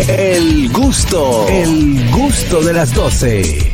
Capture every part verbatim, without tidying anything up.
El gusto, el gusto de las doce.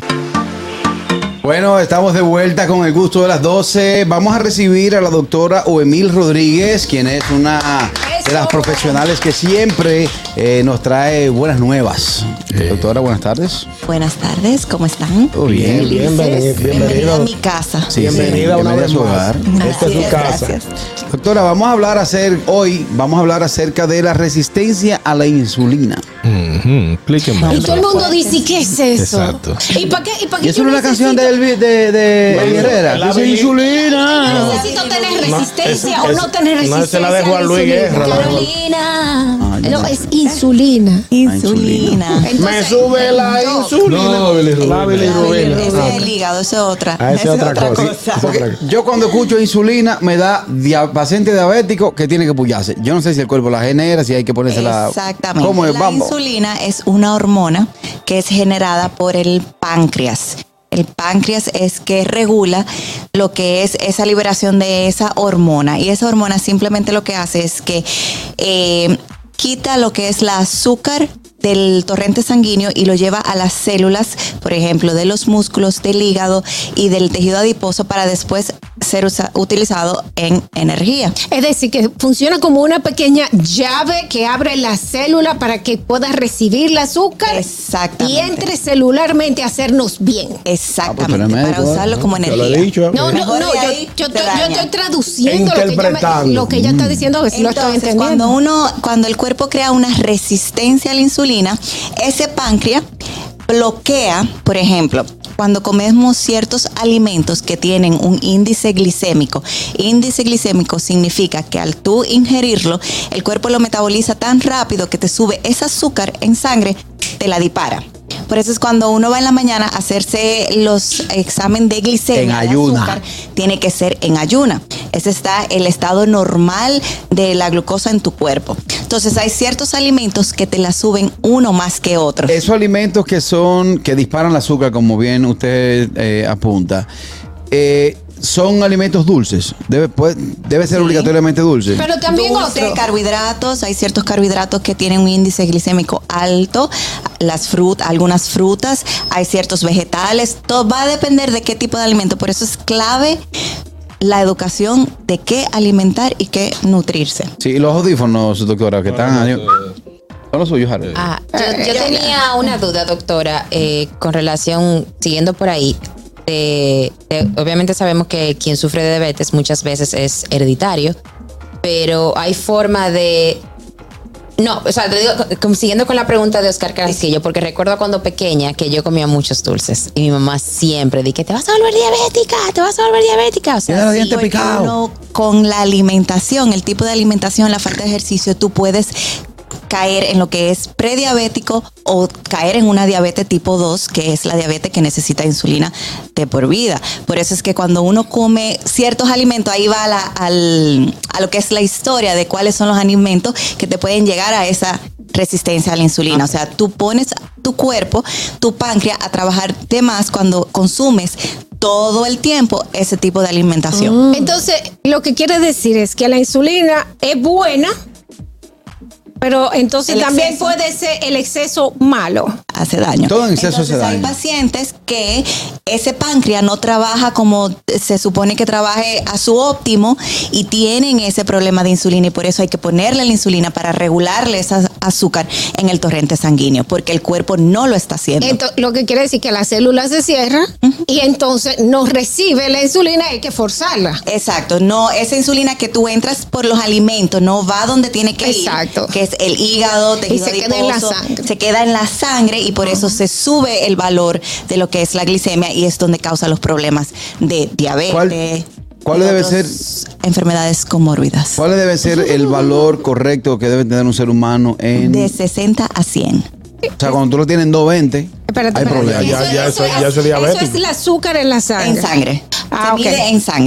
Bueno, estamos de vuelta con el gusto de las doce. Vamos a recibir a la doctora Oemil Rodríguez, quien es una de las profesionales que siempre eh, nos trae buenas nuevas. Eh. Doctora, buenas tardes. Buenas tardes, ¿cómo están? Oh, bien, bienvenido. Bienvenida a mi casa. Sí, bienvenida sí, una vez a su hogar. Esta es su casa. Gracias. Doctora, vamos a hablar hacer, hoy vamos a hablar acerca de la resistencia a la insulina. Uh-huh. Explíqueme. Y todo el mundo dice, ¿qué es eso? Exacto. ¿Y para qué? ¿Y para qué? Y eso no es una canción de, de, de, de Herrera. La Dice vi- insulina. Yo necesito tener resistencia No, o es- no tener no, resistencia. esa es la de Juan a la Luis insulina. Guerra, la de Juan- Carolina. Ah, ya no, no. es insulina. Insulina. Entonces, Me sube la no. insulina. No, bilirrubina. La bilirrubina. Ese Ah, es el hígado, eso es otra. Ah, esa es Esa otra cosa. Esa es Porque otra cosa. yo cuando escucho insulina me da dia- paciente diabético que tiene que pullarse. Yo no sé si el cuerpo la genera, si hay que ponérsela. Exactamente. ¿Cómo es? La Vamos. insulina es una hormona que es generada por el páncreas. El páncreas es que regula lo que es esa liberación de esa hormona. Y esa hormona simplemente lo que hace es que eh, quita lo que es la azúcar del torrente sanguíneo y lo lleva a las células, por ejemplo, de los músculos, del hígado y del tejido adiposo para después ser usa- utilizado en energía. Es decir, que funciona como una pequeña llave que abre la célula para que pueda recibir el azúcar Exactamente. y entre celularmente a hacernos bien. Exactamente, Ah, pues tú eres para médico, usarlo ¿eh? como Yo lo he energía. dicho. ¿eh? No, no, Mejor no, de yo, ahí yo, te estoy, yo daña. estoy traduciendo lo que, ella me- Interpretando. lo que ella está diciendo, a ver si lo estoy Entonces, entendiendo. cuando uno, cuando el cuerpo crea una resistencia a la insulina, ese páncreas bloquea, por ejemplo, cuando comemos ciertos alimentos que tienen un índice glicémico. Índice glicémico significa que al tú ingerirlo, el cuerpo lo metaboliza tan rápido que te sube ese azúcar en sangre, te la dispara. Por eso es cuando uno va en la mañana a hacerse los examen de glicemia, En de ayuna. azúcar, tiene que ser en ayuna. Ese está el estado normal de la glucosa en tu cuerpo. Entonces hay ciertos alimentos que te la suben uno más que otro. Esos alimentos que son, que disparan el azúcar, como bien usted eh, apunta, eh, son alimentos dulces. Debe, puede- debe ser Sí. obligatoriamente dulce. Pero también Dulce, otro. carbohidratos, hay ciertos carbohidratos que tienen un índice glicémico alto, las frutas, algunas frutas, hay ciertos vegetales, todo va a depender de qué tipo de alimento, por eso es clave la educación de qué alimentar y qué nutrirse. Sí, los audífonos, doctora, que están... Son los suyos, Harold. Ah, yo, yo tenía una duda, doctora, eh, con relación, siguiendo por ahí. de- de- obviamente sabemos que quien sufre de diabetes muchas veces es hereditario, pero hay forma de... No, o sea, te digo, como siguiendo con la pregunta de Oscar Carrasquillo, porque recuerdo cuando pequeña que yo comía muchos dulces y mi mamá siempre dije, te vas a volver diabética, te vas a volver diabética. O Tiene sea, los sí, dientes Porque picados. uno, con la alimentación, el tipo de alimentación, la falta de ejercicio, tú puedes caer en lo que es prediabético o caer en una diabetes tipo dos, que es la diabetes que necesita insulina de por vida. Por eso es que cuando uno come ciertos alimentos, ahí va a, la- al- a lo que es la historia de cuáles son los alimentos que te pueden llegar a esa resistencia a la insulina. O sea, tú pones tu cuerpo, tu páncreas a trabajar de más cuando consumes todo el tiempo ese tipo de alimentación. Entonces, lo que quiere decir es que la insulina es buena, pero entonces El también exceso. puede ser el exceso malo. Hace daño. Todo en exceso Entonces, hace hay daño. pacientes que ese páncreas no trabaja como se supone que trabaje a su óptimo y tienen ese problema de insulina y por eso hay que ponerle la insulina para regularle ese azúcar en el torrente sanguíneo porque el cuerpo no lo está haciendo. Ento- lo que quiere decir que la célula se cierra y entonces no recibe la insulina, hay que forzarla. Exacto, no, esa insulina que tú entras por los alimentos no va donde tiene que Exacto. ir, que es el hígado, tejido se queda en la adiposo, sangre. se queda en la sangre y por eso se sube el valor de lo que es la glicemia y es donde causa los problemas de diabetes. ¿Cuál- cuál y debe otras enfermedades comórbidas? ¿Cuál debe ser el valor correcto que debe tener un ser humano en... De sesenta a cien. O sea, cuando tú lo tienes en doscientos veinte, Espérate, hay espérate. problemas. Ya, ya, eso- ya eso es Eso diabético. es el azúcar en la sangre. En sangre. Ah, se ok. mide en sangre.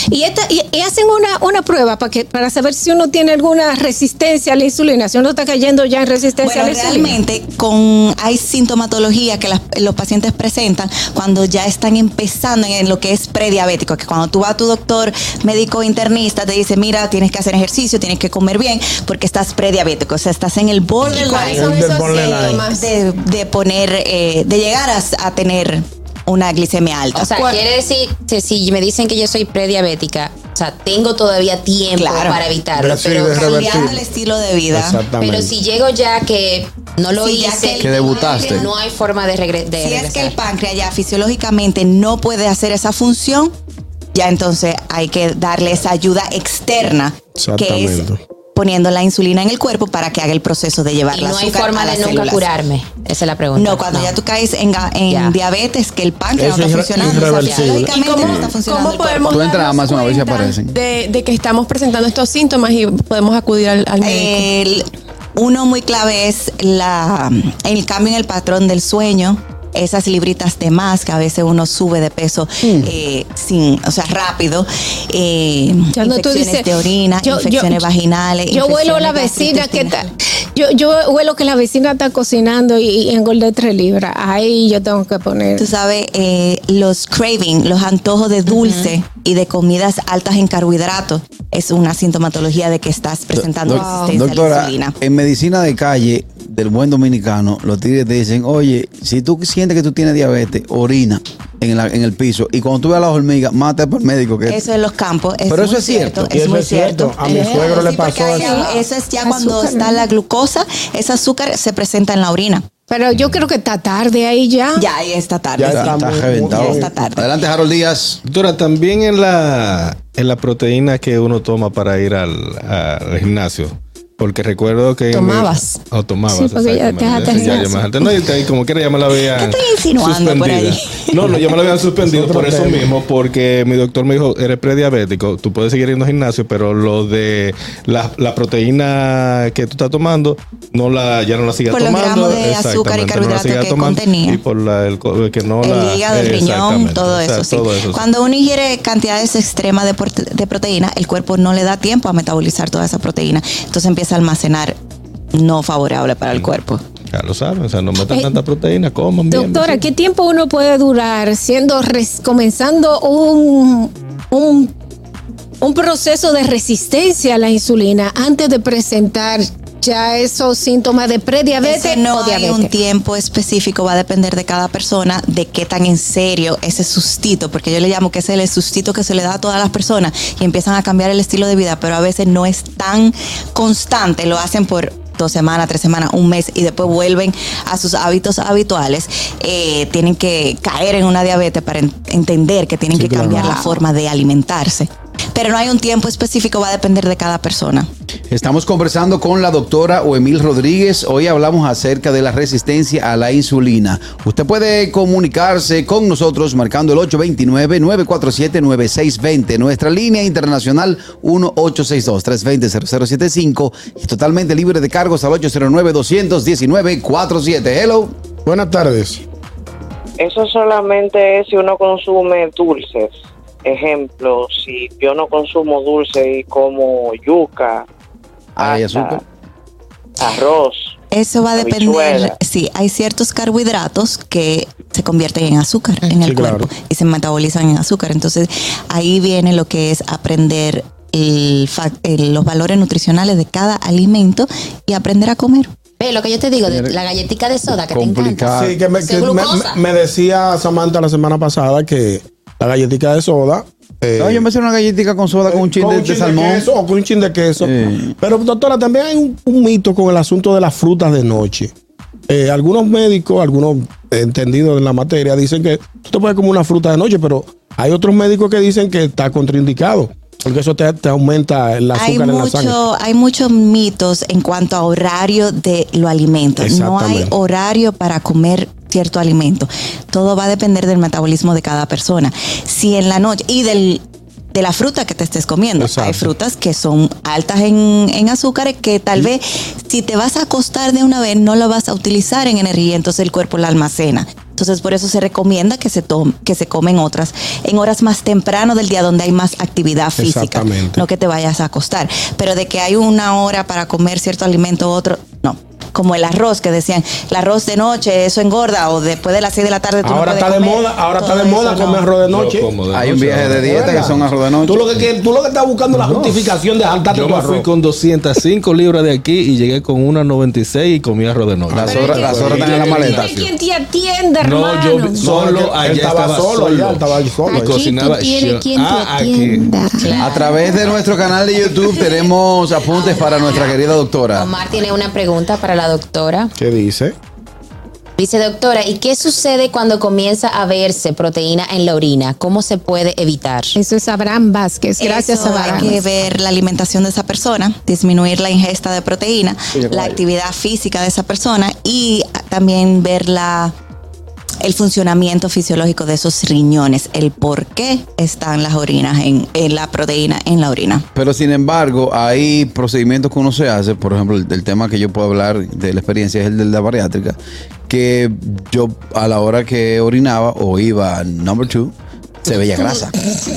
Y, esta, y, y hacen una, una prueba para que para saber si uno tiene alguna resistencia a la insulina, si uno está cayendo ya en resistencia Bueno, a la insulina. realmente con, hay sintomatología que las- los pacientes presentan cuando ya están empezando en lo que es prediabético, que cuando tú vas a tu doctor médico internista te dice, mira, tienes que hacer ejercicio, tienes que comer bien porque estás prediabético, o sea, estás en el ¿Cuáles borderline son El esos borderline. síntomas? de, de poner, eh, de llegar a, a tener una glicemia alta. O sea, ¿Cuál? quiere decir que si me dicen que yo soy prediabética, o sea, tengo todavía tiempo Claro. para evitarlo. Sí, Pero, de cambiando revertir. el estilo de vida. Exactamente. pero si llego ya que no lo Sí, ya hice, que- Que debutaste. no hay forma de, regre- de Si regresar. es que el páncreas ya fisiológicamente no puede hacer esa función, ya entonces hay que darle esa ayuda externa, que es Exactamente. poniendo la insulina en el cuerpo para que haga el proceso de llevar Y la no hay azúcar forma a de las nunca células. curarme. Esa es la pregunta. No, cuando ya tú caes en, ga- en Ya. diabetes, que el páncreas Eso no está es irre- funcionando, o sea, irreversible. fisiológicamente ¿Y no cómo, está funcionando cómo el cuerpo. podemos Tú entras a darnos Amazon a ver si cuenta aparecen. De, de que estamos presentando estos síntomas y podemos acudir al, al médico? El- uno muy clave es la, el cambio en el patrón del sueño. Esas libritas de más que a veces uno sube de peso eh, sin, o sea, rápido. Eh, Cuando tú infecciones dices, de orina, yo- infecciones yo- vaginales. Yo huelo a la infecciones vecina que está. gastrointestinales. Yo, yo huelo que la vecina está cocinando y, y engordé tres libras. Ahí yo tengo que poner. Tú sabes, eh, los craving, los antojos de dulce y de comidas altas en carbohidratos es una sintomatología de que estás presentando Doc- resistencia a la Doctora, insulina. en medicina de calle del buen dominicano, los tigres te dicen, oye, si tú sientes que tú tienes diabetes, orina en, la- en el piso. Y cuando tú ves a las hormigas, mata por el médico. Que Eso en los campos. Es Pero eso muy es cierto. Es Y eso muy es cierto. cierto. A mi Eh, suegro le sí, porque pasó ahí- eso. Eso es ya cuando Azúcar, está ¿no? la glucosa, ese azúcar se presenta en la orina. Pero yo creo que está tarde ahí ya. Ya ahí está tarde. Ya sí. está, está muy- reventado. muy- esta tarde. Adelante, Harold Díaz. Doctora, también en la, en la proteína que uno toma para ir al, al gimnasio. Porque recuerdo que... Tomabas. O tomabas, Sí, porque ya exactamente. te dejaste Sí, ya, el ya me dejaste. No, y te- como quiera ya me la habían ¿Qué estoy insinuando por ahí? suspendida. No, no, ya me la habían suspendido Es otro por eso tema. mismo, porque mi doctor me dijo, eres prediabético, tú puedes seguir yendo al gimnasio, pero lo de la, la proteína que tú estás tomando, no la, ya no la sigas Por los tomando. gramos de azúcar y Exactamente, no la carbohidratos sigas que tomando. contenía. Y por la, el, co- que no la... El hígado, el riñón, exactamente, todo o sea, eso, sí. todo eso, sí. Cuando uno ingiere cantidades extremas de, prote- de proteína, el cuerpo no le da tiempo a metabolizar toda esa proteína. Entonces empieza a almacenar no favorable para el cuerpo. Ya lo saben, o sea, no metan Eh, tanta proteína, coman bien. Doctora, sí. ¿qué tiempo uno puede durar siendo res- comenzando un, un, un proceso de resistencia a la insulina antes de presentar ya esos síntomas de prediabetes Ese no o hay diabetes? un tiempo específico, va a depender de cada persona, de qué tan en serio ese sustito, porque yo le llamo que ese es el sustito que se le da a todas las personas y empiezan a cambiar el estilo de vida, pero a veces no es tan constante, lo hacen por dos semanas, tres semanas, un mes y después vuelven a sus hábitos habituales. Eh, tienen que caer en una diabetes para en- entender que tienen Sí, que claro. cambiar la forma de alimentarse. Pero no hay un tiempo específico, va a depender de cada persona. Estamos conversando con la doctora Oemil Rodríguez. Hoy hablamos acerca de la resistencia a la insulina. Usted puede comunicarse con nosotros marcando el ocho dos nueve, nueve cuatro siete, nueve seis dos cero. Nuestra línea internacional uno ocho seis dos, tres dos cero, cero cero siete cinco y totalmente libre de cargos al ocho cero nueve, dos uno nueve, cuatro siete. Hello. Buenas tardes. Eso solamente es si uno consume dulces. Ejemplo, si yo no consumo dulce y como yuca, ¿Hay hasta azúcar? arroz. Eso va a depender, Habichuela. sí, hay ciertos carbohidratos que se convierten en azúcar en el Sí, claro. cuerpo y se metabolizan en azúcar. Entonces ahí viene lo que es aprender el fa- el- los valores nutricionales de cada alimento y aprender a comer. Ve, lo que yo te digo, de la galletica de soda que te Complicado. encanta. Sí, que, me, Eso que es me- glucosa. me- me decía Samantha la semana pasada que la galletita de soda. eh, No, yo me hice una galletita con soda con un chin con de, un de chin de salmón. queso o con un chin de queso. Sí. Pero, doctora, también hay un, un mito con el asunto de las frutas de noche. Eh, algunos médicos, algunos entendidos en la materia, dicen que tú te puedes comer una fruta de noche, pero hay otros médicos que dicen que está contraindicado, porque eso te, te aumenta el azúcar Hay en la sangre. mucho, hay muchos mitos en cuanto a horario de los alimentos. No hay Exactamente. horario para comer cierto alimento. Todo va a depender del metabolismo de cada persona. Si en la noche y del de la fruta que te estés comiendo. Exacto. Hay frutas que son altas en, en azúcares que tal vez si te vas a acostar de una vez no la vas a utilizar en energía, entonces el cuerpo la almacena. Entonces, por eso se recomienda que se tome, que se comen otras en horas más temprano del día donde hay más actividad física. Exactamente. No que te vayas a acostar. Pero de que hay una hora para comer cierto alimento u otro, no. Como el arroz, que decían, el arroz de noche, eso engorda, o después de las seis de la tarde tú Ahora no está puedes de comer. moda, ahora está Todo de moda eso comer no. arroz de noche. Yo como de Hay un noche viaje ahora. de dieta que son arroz de noche. Tú lo que, quieres- tú lo que estás buscando es la justificación de saltarte Yo tu me fui arroz. con doscientas cinco libras de aquí y llegué con una noventa y seis y comí arroz de noche. Las Pero horas, es las que- horas están en la maleta. ¿Quién quién te atiende, hermano? No, yo vi- No, solo es que allá él estaba estaba solo, allá, solo. estaba ahí solo. Y Aquí cocinaba tú tienes yo. quien te Ah, aquí. atienda. A través de nuestro canal de YouTube tenemos apuntes para nuestra querida doctora. Omar tiene una pregunta para la doctora. ¿Qué dice? Dice, doctora, ¿y qué sucede cuando comienza a verse proteína en la orina? ¿Cómo se puede evitar? Eso es Abraham Vázquez. Gracias, Eso, Abraham. hay que ver la alimentación de esa persona, disminuir la ingesta de proteína, la actividad física de esa persona y también ver la, el funcionamiento fisiológico de esos riñones, el por qué están las orinas en, en la proteína en la orina. Pero sin embargo, hay procedimientos que uno se hace, por ejemplo, el, el tema que yo puedo hablar de la experiencia es el de la bariátrica, que yo a la hora que orinaba o iba a number two, se veía grasa.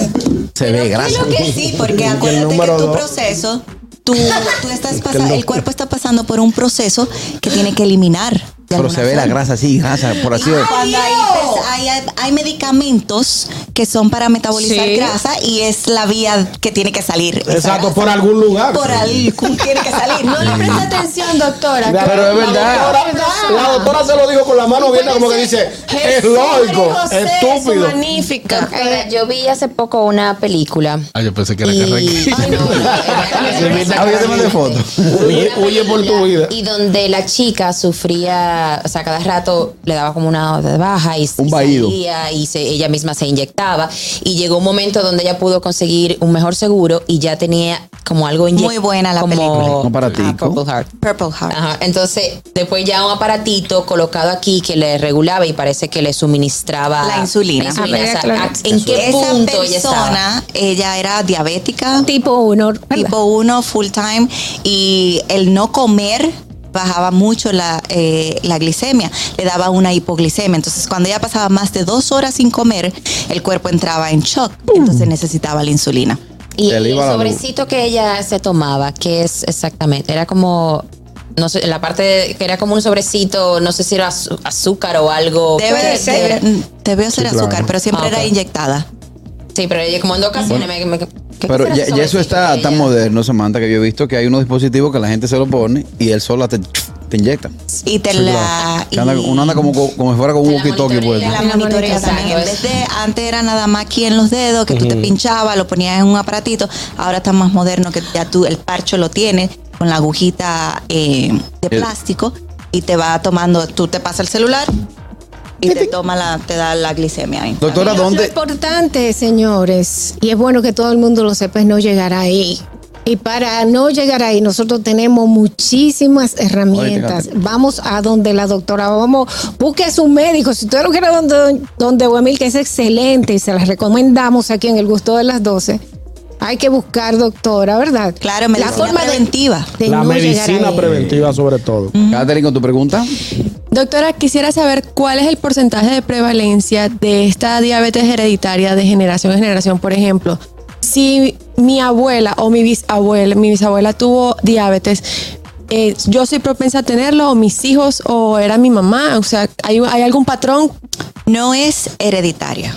Se ve grasa. Creo que sí, porque acuérdate que número tu dos. proceso, tú, tú estás Que pasando, no- el cuerpo está pasando por un proceso que tiene que eliminar. de Pero alguna se ve la forma. grasa así, grasa, por así decirlo. Cuando hay, pers- hay, hay- hay medicamentos que son para metabolizar Sí. grasa y es la vía que tiene que salir. esa Exacto, grasa. por algún lugar. Por algún tiene que salir. No le presta atención, doctora. La- Pero es la verdad. doctora- La doctora se lo dijo con la mano abierta como que dice, es lógico, estúpido. Magnífica. Doctora, yo vi hace poco una película. Ah, yo pensé que era Y, carraquillo. Ay, no, no, Ah, yo te mandé foto. Huye, huye por tu vida. y donde la chica sufría, o sea, cada rato le daba como una de baja y, Un y vaído. salía y se- ella misma se inyectaba y llegó un momento donde ella pudo conseguir un mejor seguro y ya tenía como algo inyectado. Muy buena la como, película. Un aparatico. Ah, Purple Heart. Purple Heart. Ajá, entonces después ya un aparatito colocado aquí que le regulaba y parece que le suministraba La insulina. la insulina. A ver, O sea, claro. ¿a- ¿en qué Esa punto ella estaba? persona, ella era diabética, Tipo uno. tipo uno, full time, y el no comer bajaba mucho la, eh, la glicemia, le daba una hipoglicemia. Entonces, cuando ella pasaba más de dos horas sin comer, el cuerpo entraba en shock, entonces necesitaba la insulina. Y Se le el iba la luz. sobrecito que ella se tomaba, ¿qué es exactamente? Era como, no sé, la parte de- que era como un sobrecito, no sé si era azu- azúcar o algo. Debe, Puede ser. debe, debió ser Sí, claro. azúcar, pero siempre Ah, era ok. inyectada. Sí, pero ella como en dos ocasiones me... me- ¿qué Pero será ya, ese ya eso sobrecito está que tan ella- moderno, Samantha, que yo he visto que hay unos dispositivos que la gente se lo pone y él solo te, te inyecta. Y te Sí, la... claro. y- Que anda- uno anda como, como si fuera con un Te la walkie-talkie monitorea. puesto. Te la La monitorea monitorea, también. En exacto. vez de, antes era nada más aquí en los dedos, que tú te pinchabas, lo ponías en un aparatito. Ahora está más moderno, que ya tú el parcho lo tienes con la agujita eh, de El- plástico y te va tomando, tú te pasas el celular y te toma la, te da la glicemia ahí. Doctora, Y Lo ¿dónde? importante, señores, y es bueno que todo el mundo lo sepa, es no llegar ahí. Y para no llegar ahí, nosotros tenemos muchísimas herramientas. Oye, Vamos a donde la doctora, vamos, busque a su médico. Si usted no quiere donde, donde Wemil, que es excelente y se las recomendamos aquí en El Gusto de las doce, hay que buscar doctora, ¿verdad? Claro, medicina preventiva. de La no llegar medicina ahí. preventiva sobre todo. Catherine, con tu pregunta. Doctora, quisiera saber cuál es el porcentaje de prevalencia de esta diabetes hereditaria de generación en generación. Por ejemplo, si mi abuela o mi bisabuela, mi bisabuela tuvo diabetes, eh, yo soy propensa a tenerlo, o mis hijos, o era mi mamá. O sea, ¿hay, hay algún patrón? No es hereditaria.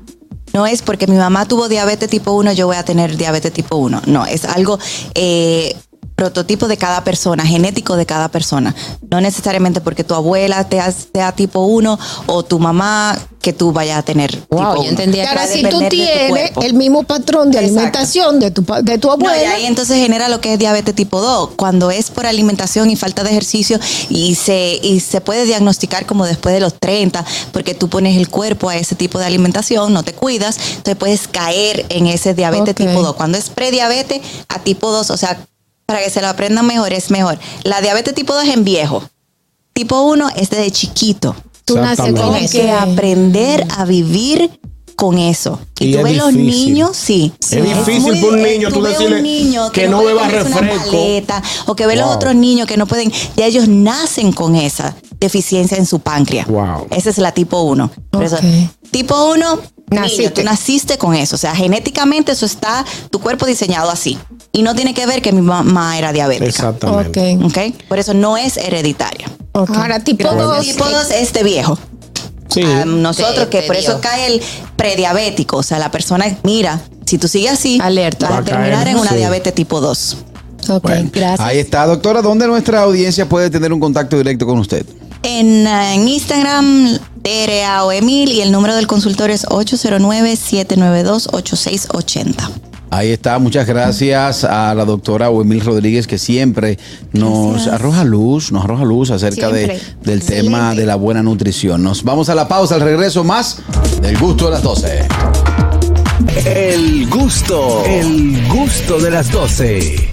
No es porque mi mamá tuvo diabetes tipo uno, yo voy a tener diabetes tipo uno. No, es algo eh, prototipo de cada persona, genético de cada persona. No necesariamente porque tu abuela te sea tipo uno o tu mamá que tú vayas a tener Wow, tipo yo uno. entendía Ahora, que si tú depender de tu tienes cuerpo. el mismo patrón de Exacto. alimentación de tu, pa- de tu No, y abuela, ahí entonces genera lo que es diabetes tipo dos, cuando es por alimentación y falta de ejercicio y se, y se puede diagnosticar como después de los treinta, porque tú pones el cuerpo a ese tipo de alimentación, no te cuidas, entonces puedes caer en ese diabetes Ok. tipo dos. Cuando es prediabetes a tipo dos, o sea, para que se lo aprendan mejor, es mejor. La diabetes tipo dos es en viejo. Tipo uno es desde chiquito. tú naces con Exactamente. Tienes eso. que aprender a vivir con eso. Y, Y tú es ves los difícil. niños, sí. Es difícil para un niño tú ves decirle un niño que no puede beba comerse una refresco. paleta, o que ve los Wow. otros niños que no pueden, ya ellos nacen con esa. deficiencia en su páncreas. Wow. Esa es la tipo uno. Por eso, Ok. tipo uno, Naciste. niño, tú naciste con eso. O sea, genéticamente eso está, tu cuerpo diseñado así. Y no tiene que ver que mi mamá era diabética. Exactamente. Ok. ¿Ok? Por eso no es hereditario. Ok. Ahora, tipo dos. Tipo dos es de viejo. Sí. A nosotros, Te- que te por eso dio. cae el prediabético. O sea, la persona, mira, si tú sigues así, Alerta. vas Va a a terminar caer, en una sí. diabetes tipo dos. Ok, Bueno, gracias. ahí está, doctora. ¿Dónde nuestra audiencia puede tener un contacto directo con usted? En, eh, en Instagram, T R A o Emil, y el número del consultorio es ocho cero nueve, siete nueve dos, ocho seis ocho cero. Ahí está, muchas gracias a la doctora Oemil Rodríguez, que siempre nos Gracias. arroja luz, nos arroja luz acerca de, Siempre. del Excelente. tema de la buena nutrición. Nos vamos a la pausa, al regreso más del gusto de las doce. El gusto, el gusto de las doce.